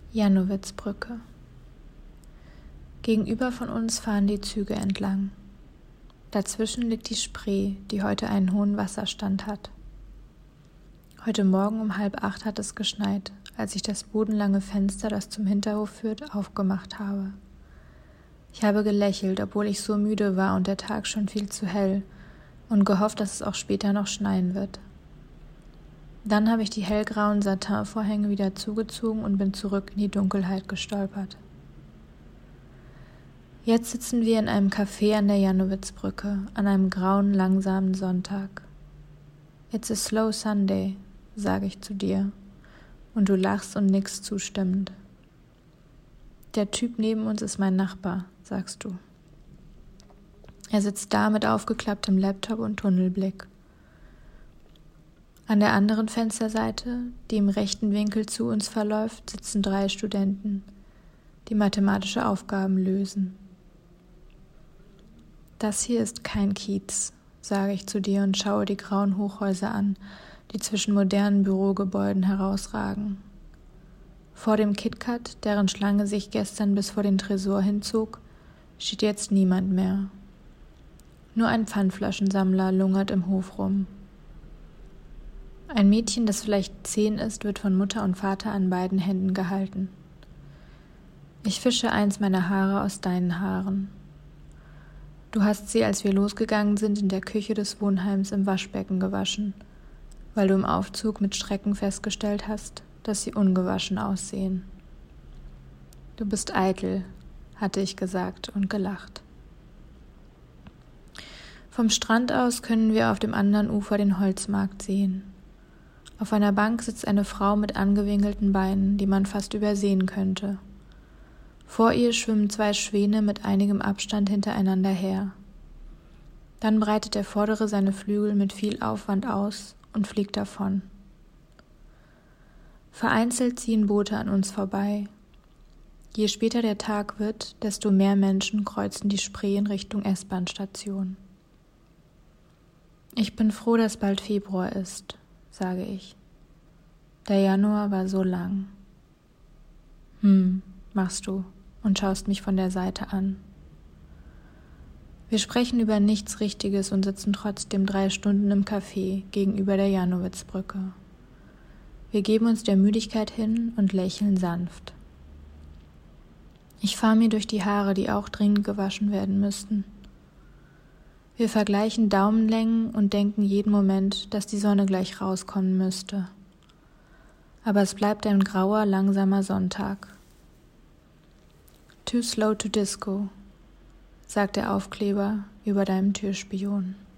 Jannowitzbrücke. Gegenüber von uns fahren die Züge entlang. Dazwischen liegt die Spree, die heute einen hohen Wasserstand hat. Heute Morgen um 7:30 hat es geschneit, als ich das bodenlange Fenster, das zum Hinterhof führt, aufgemacht habe. Ich habe gelächelt, obwohl ich so müde war und der Tag schon viel zu hell, und gehofft, dass es auch später noch schneien wird. Dann habe ich die hellgrauen Satinvorhänge wieder zugezogen und bin zurück in die Dunkelheit gestolpert. Jetzt sitzen wir in einem Café an der Jannowitzbrücke, an einem grauen, langsamen Sonntag. It's a slow Sunday, sage ich zu dir, und du lachst und nickst zustimmend. Der Typ neben uns ist mein Nachbar, sagst du. Er sitzt da mit aufgeklapptem Laptop und Tunnelblick. An der anderen Fensterseite, die im rechten Winkel zu uns verläuft, sitzen 3 Studenten, die mathematische Aufgaben lösen. Das hier ist kein Kiez, sage ich zu dir und schaue die grauen Hochhäuser an, die zwischen modernen Bürogebäuden herausragen. Vor dem KitKat, deren Schlange sich gestern bis vor den Tresor hinzog, steht jetzt niemand mehr. Nur ein Pfandflaschensammler lungert im Hof rum. Ein Mädchen, das vielleicht 10 ist, wird von Mutter und Vater an beiden Händen gehalten. Ich fische eins meiner Haare aus deinen Haaren. Du hast sie, als wir losgegangen sind, in der Küche des Wohnheims im Waschbecken gewaschen, weil du im Aufzug mit Schrecken festgestellt hast, dass sie ungewaschen aussehen. Du bist eitel, hatte ich gesagt und gelacht. Vom Strand aus können wir auf dem anderen Ufer den Holzmarkt sehen. Auf einer Bank sitzt eine Frau mit angewinkelten Beinen, die man fast übersehen könnte. Vor ihr schwimmen 2 Schwäne mit einigem Abstand hintereinander her. Dann breitet der vordere seine Flügel mit viel Aufwand aus und fliegt davon. Vereinzelt ziehen Boote an uns vorbei. Je später der Tag wird, desto mehr Menschen kreuzen die Spree in Richtung S-Bahn-Station. Ich bin froh, dass bald Februar ist, sage ich. Der Januar war so lang. Machst du und schaust mich von der Seite an. Wir sprechen über nichts Richtiges und sitzen trotzdem 3 Stunden im Café gegenüber der Jannowitzbrücke. Wir geben uns der Müdigkeit hin und lächeln sanft. Ich fahre mir durch die Haare, die auch dringend gewaschen werden müssten. Wir vergleichen Daumenlängen und denken jeden Moment, dass die Sonne gleich rauskommen müsste. Aber es bleibt ein grauer, langsamer Sonntag. Too slow to disco, sagt der Aufkleber über deinem Türspion.